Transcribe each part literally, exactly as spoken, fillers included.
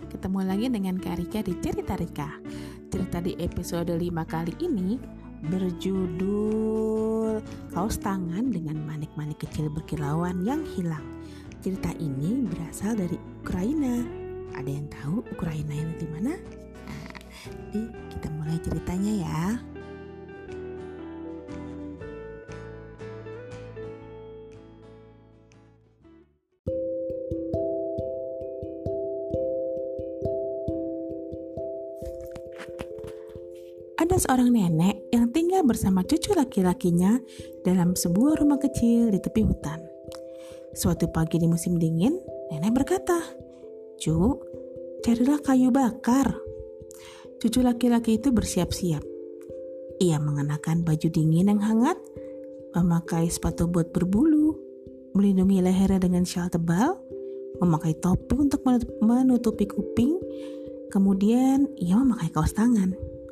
ketemu lagi dengan Kak Rika di Cerita Rika. Cerita di episode lima kali ini berjudul Kaos Tangan dengan Manik-manik Kecil Berkilauan yang Hilang. Cerita ini berasal dari Ukraina. Ada yang tahu Ukraina yang di mana? Nah, jadi kita mulai ceritanya ya. Ada seorang nenek yang tinggal bersama cucu laki-lakinya dalam sebuah rumah kecil di tepi hutan. Suatu pagi di musim dingin, nenek berkata, "Cu, carilah kayu bakar." Cucu laki-laki itu bersiap-siap. Ia mengenakan baju dingin yang hangat, memakai sepatu bot berbulu, melindungi lehernya dengan syal tebal, memakai topi untuk menutupi kuping, kemudian ia memakai kaos tangan.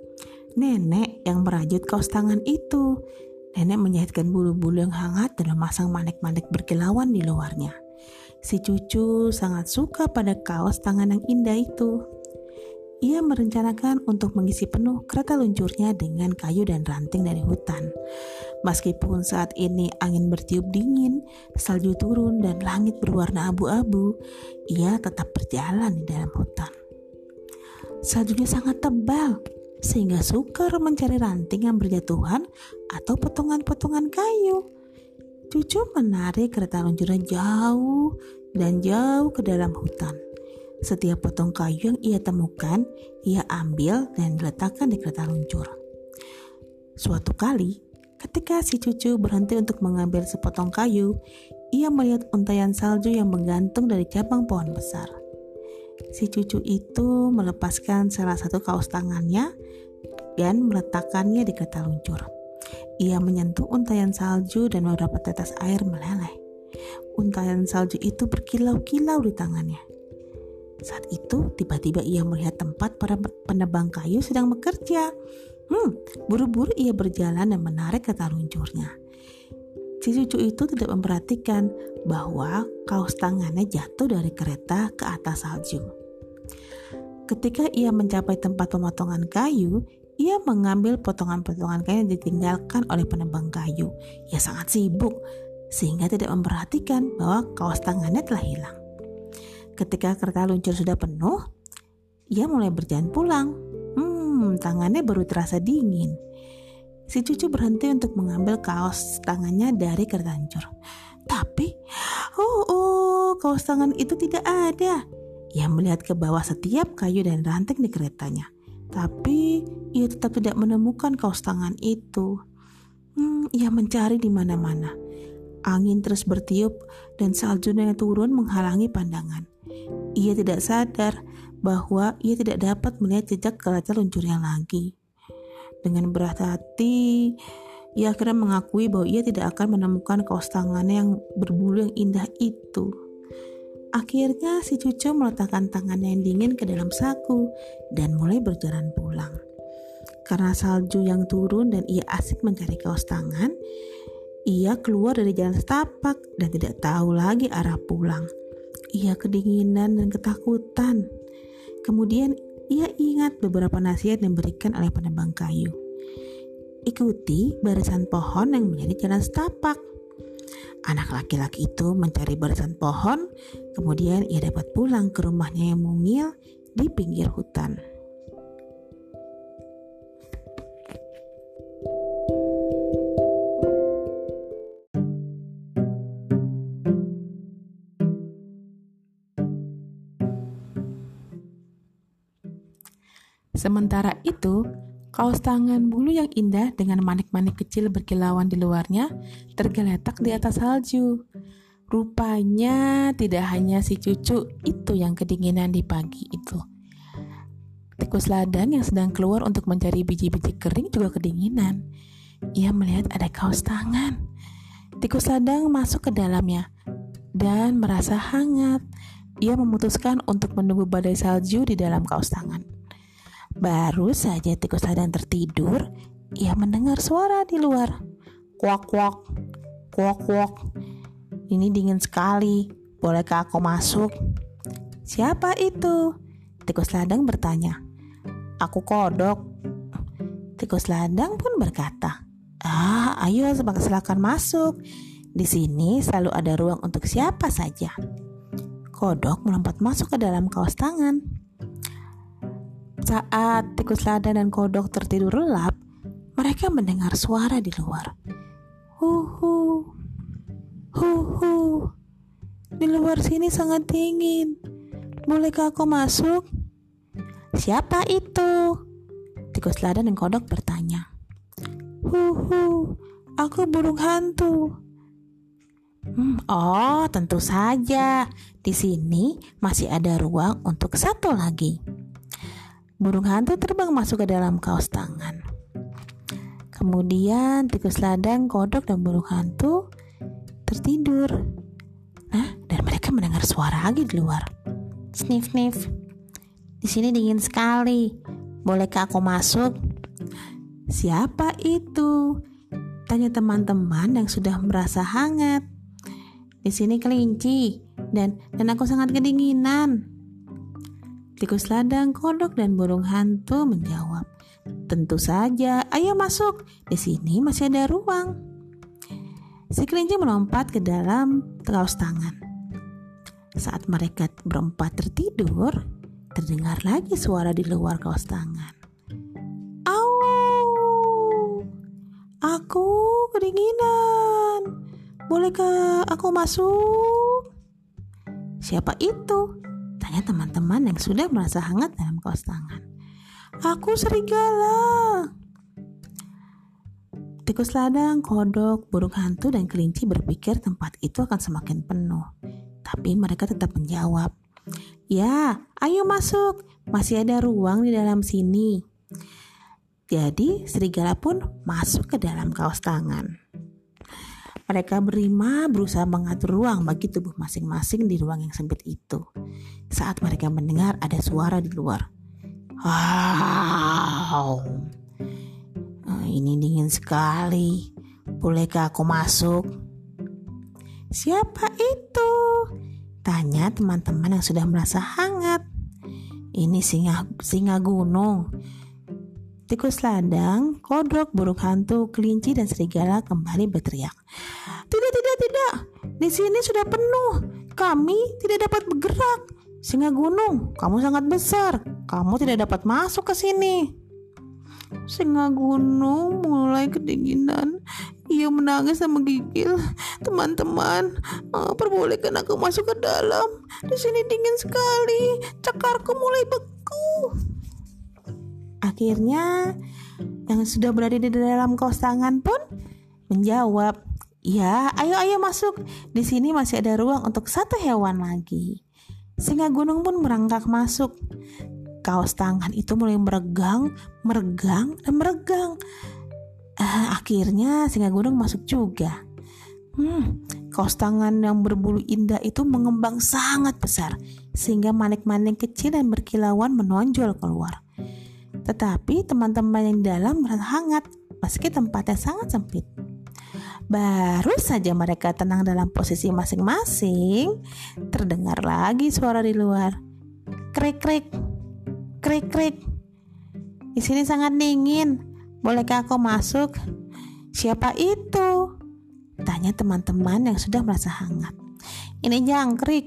Nenek yang merajut kaos tangan itu. Nenek menjahitkan bulu-bulu yang hangat dan memasang manik-manik berkilauan di luarnya. Si cucu sangat suka pada kaos tangan yang indah itu. Ia merencanakan untuk mengisi penuh kereta luncurnya dengan kayu dan ranting dari hutan. Meskipun saat ini angin bertiup dingin, salju turun dan langit berwarna abu-abu, ia tetap berjalan di dalam hutan. Saljunya sangat tebal, sehingga sukar mencari ranting yang berjatuhan atau potongan-potongan kayu. Cucu menarik kereta luncurnya jauh dan jauh ke dalam hutan. Setiap potong kayu yang ia temukan, ia ambil dan diletakkan di kereta luncur. Suatu kali, ketika si cucu berhenti untuk mengambil sepotong kayu, ia melihat untaian salju yang menggantung dari cabang pohon besar. Si cucu itu melepaskan salah satu kaos tangannya dan meletakkannya di kereta luncur. Ia menyentuh untaian salju dan beberapa tetes air meleleh. Untaian salju itu berkilau-kilau di tangannya. Saat itu tiba-tiba ia melihat tempat para penebang kayu sedang bekerja. Hmm, buru-buru ia berjalan dan menarik kereta luncurnya. Si cucu itu tidak memperhatikan bahwa kaos tangannya jatuh dari kereta ke atas salju. Ketika ia mencapai tempat pemotongan kayu, ia mengambil potongan-potongan kayu yang ditinggalkan oleh penebang kayu. Ia sangat sibuk sehingga tidak memperhatikan bahwa kaos tangannya telah hilang. Ketika kereta luncur sudah penuh, ia mulai berjalan pulang. Hmm, tangannya baru terasa dingin. Si cucu berhenti untuk mengambil kaos tangannya dari kereta luncur. Tapi, oh, oh, kaos tangan itu tidak ada. Ia melihat ke bawah setiap kayu dan ranting di keretanya. Tapi, ia tetap tidak menemukan kaos tangan itu. Hmm, ia mencari di mana-mana. Angin terus bertiup dan salju yang turun menghalangi pandangan. Ia tidak sadar bahwa ia tidak dapat melihat jejak kereta luncurnya lagi. Dengan berat hati, ia akhirnya mengakui bahwa ia tidak akan menemukan kaos tangannya yang berbulu yang indah itu. Akhirnya si cucu meletakkan tangannya yang dingin ke dalam saku dan mulai berjalan pulang. Karena salju yang turun dan ia asik mencari kaos tangan, ia keluar dari jalan setapak dan tidak tahu lagi arah pulang. Ia kedinginan dan ketakutan. Kemudian ia ingat beberapa nasihat yang diberikan oleh penebang kayu. Ikuti barisan pohon yang menjadi jalan setapak. Anak laki-laki itu mencari barisan pohon, kemudian ia dapat pulang ke rumahnya yang mungil di pinggir hutan. Sementara itu, kaos tangan bulu yang indah dengan manik-manik kecil berkilauan di luarnya tergeletak di atas salju. Rupanya tidak hanya si cucu itu yang kedinginan di pagi itu. Tikus ladang yang sedang keluar untuk mencari biji-biji kering juga kedinginan. Ia melihat ada kaos tangan. Tikus ladang masuk ke dalamnya dan merasa hangat. Ia memutuskan untuk menunggu badai salju di dalam kaos tangan. Baru saja tikus ladang tertidur, ia mendengar suara di luar. Kuak kuak, kuak kuak. Ini dingin sekali, bolehkah aku masuk? Siapa itu? Tikus ladang bertanya, "Aku kodok." Tikus ladang pun berkata, "Ah, ayo silakan masuk. Di sini selalu ada ruang untuk siapa saja." Kodok melompat masuk ke dalam kaos tangan. Saat tikus ladang dan kodok tertidur lelap, mereka mendengar suara di luar. Huhu, huhu, di luar sini sangat dingin. Bolehkah aku masuk? Siapa itu? Tikus ladang dan kodok bertanya. Huhu, aku burung hantu. Hmm, oh, tentu saja. Di sini masih ada ruang untuk satu lagi. Burung hantu terbang masuk ke dalam kaos tangan. Kemudian tikus ladang, kodok, dan burung hantu tertidur. Nah, dan mereka mendengar suara lagi di luar. Sniff, sniff. Di sini dingin sekali. Bolehkah aku masuk? Siapa itu? Tanya teman-teman yang sudah merasa hangat. Di sini kelinci dan dan aku sangat kedinginan. Tikus ladang, kodok, dan burung hantu menjawab, tentu saja, ayo masuk. Di sini masih ada ruang. Si kelinci melompat ke dalam kaos tangan. Saat mereka berempat tertidur, terdengar lagi suara di luar kaos tangan. Au, aku kedinginan. Bolehkah aku masuk? Siapa itu? Tanya teman-teman yang sudah merasa hangat dalam kaos tangan. Aku serigala. Tikus ladang, kodok, burung hantu, dan kelinci berpikir tempat itu akan semakin penuh. Tapi mereka tetap menjawab, ya, ayo masuk. Masih ada ruang di dalam sini. Jadi serigala pun masuk ke dalam kaos tangan. Mereka berlima berusaha mengatur ruang bagi tubuh masing-masing di ruang yang sempit itu. Saat mereka mendengar ada suara di luar. Wow, ini dingin sekali. Bolehkah aku masuk? Siapa itu? Tanya teman-teman yang sudah merasa hangat. Ini singa, singa gunung. Tikus ladang, kodok, burung hantu, kelinci, dan serigala kembali berteriak. Tidak, tidak, tidak. Di sini sudah penuh. Kami tidak dapat bergerak. Singa gunung, kamu sangat besar. Kamu tidak dapat masuk ke sini. Singa gunung mulai kedinginan. Ia menangis dan menggigil. Teman-teman, uh, perbolehkan aku masuk ke dalam. Di sini dingin sekali. Cakarku mulai beku. Akhirnya, yang sudah berada di dalam kaos tangan pun menjawab, ya, ayo ayo masuk. Di sini masih ada ruang untuk satu hewan lagi. Singa gunung pun merangkak masuk. Kaos tangan itu mulai meregang, meregang, dan meregang. Uh, akhirnya singa gunung masuk juga. Hmm, kaos tangan yang berbulu indah itu mengembang sangat besar, sehingga manik-manik kecil dan berkilauan menonjol keluar. Tetapi teman-teman yang di dalam merasa hangat meski tempatnya sangat sempit. Baru saja mereka tenang dalam posisi masing-masing, terdengar lagi suara di luar. Krik-krik, krik-krik. Di sini sangat dingin. Bolehkah aku masuk? Siapa itu? Tanya teman-teman yang sudah merasa hangat. Ini jangkrik.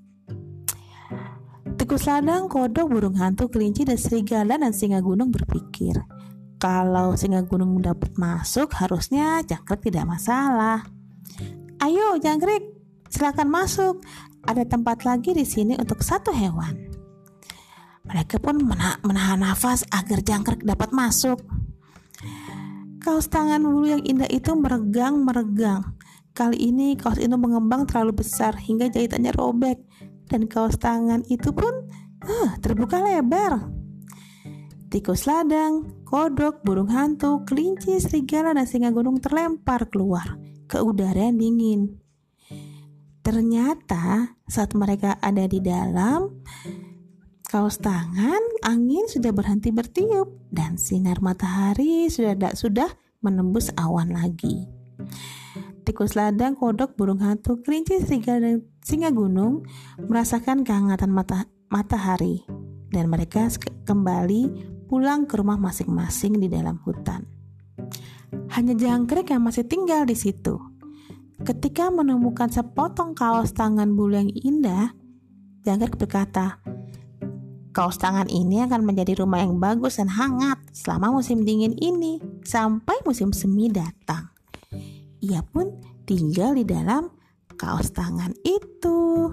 Tikus ladang, kodok, burung hantu, kelinci, dan serigala dan singa gunung berpikir, kalau singa gunung dapat masuk, harusnya jangkrik tidak masalah. Ayo jangkrik, silakan masuk. Ada tempat lagi di sini untuk satu hewan. Mereka pun mena- menahan nafas agar jangkrik dapat masuk. Kaos tangan bulu yang indah itu meregang-meregang. Kali ini kaos itu mengembang terlalu besar hingga jahitannya robek. Dan kaos tangan itu pun uh, terbuka lebar. Tikus ladang, kodok, burung hantu, kelinci, serigala, dan singa gunung terlempar keluar ke udara yang dingin. Ternyata saat mereka ada di dalam kaos tangan, angin sudah berhenti bertiup dan sinar matahari sudah tidak sudah menembus awan lagi. Tikus ladang, kodok, burung hantu, kelinci, serigala, dan singa gunung merasakan kehangatan mata- matahari. dan mereka kembali pulang ke rumah masing-masing di dalam hutan. Hanya jangkrik yang masih tinggal di situ. Ketika menemukan sepotong kaos tangan bulu yang indah, jangkrik berkata, "Kaos tangan ini akan menjadi rumah yang bagus dan hangat selama musim dingin ini sampai musim semi datang." Ia pun tinggal di dalam kaos tangan itu.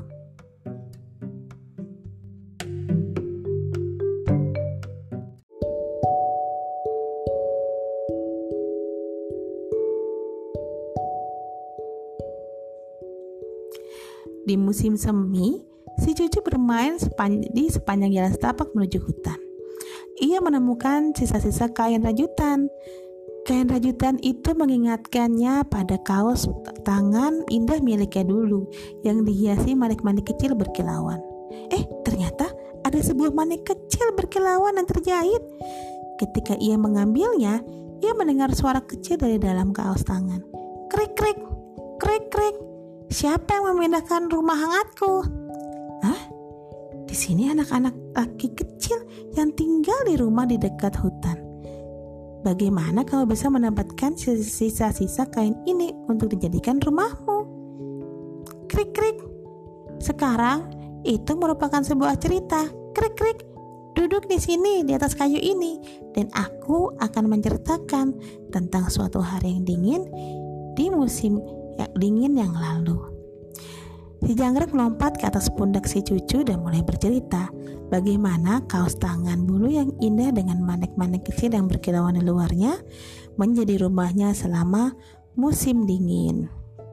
Di musim semi, si Cucu bermain sepanj- di sepanjang jalan setapak menuju hutan. Ia menemukan sisa-sisa kain rajutan. Kain rajutan itu mengingatkannya pada kaos tangan indah miliknya dulu yang dihiasi manik-manik kecil berkilauan. Eh, ternyata ada sebuah manik kecil berkilauan yang terjahit. Ketika ia mengambilnya, ia mendengar suara kecil dari dalam kaos tangan. Krik-krik, krik-krik. Siapa yang memindahkan rumah hangatku? Hah? Di sini anak-anak laki kecil yang tinggal di rumah di dekat hutan. Bagaimana kau bisa mendapatkan sisa-sisa kain ini untuk dijadikan rumahmu? Krik-krik. Sekarang itu merupakan sebuah cerita. Krik-krik. Duduk di sini di atas kayu ini dan aku akan menceritakan tentang suatu hari yang dingin di musim yang dingin yang lalu. Si jangkrik melompat ke atas pundak si Cucu dan mulai bercerita bagaimana kaos tangan bulu yang indah dengan manik-manik kecil yang berkilauan di luarnya menjadi rumahnya selama musim dingin.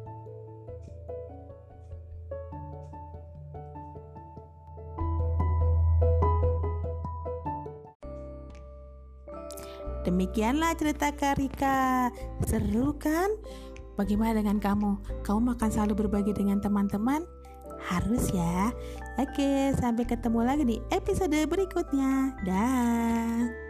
Demikianlah cerita Kak Rika. Seru kan? Bagaimana dengan kamu? Kamu akan selalu berbagi dengan teman-teman? Harus ya. Oke, sampai ketemu lagi di episode berikutnya. Dah.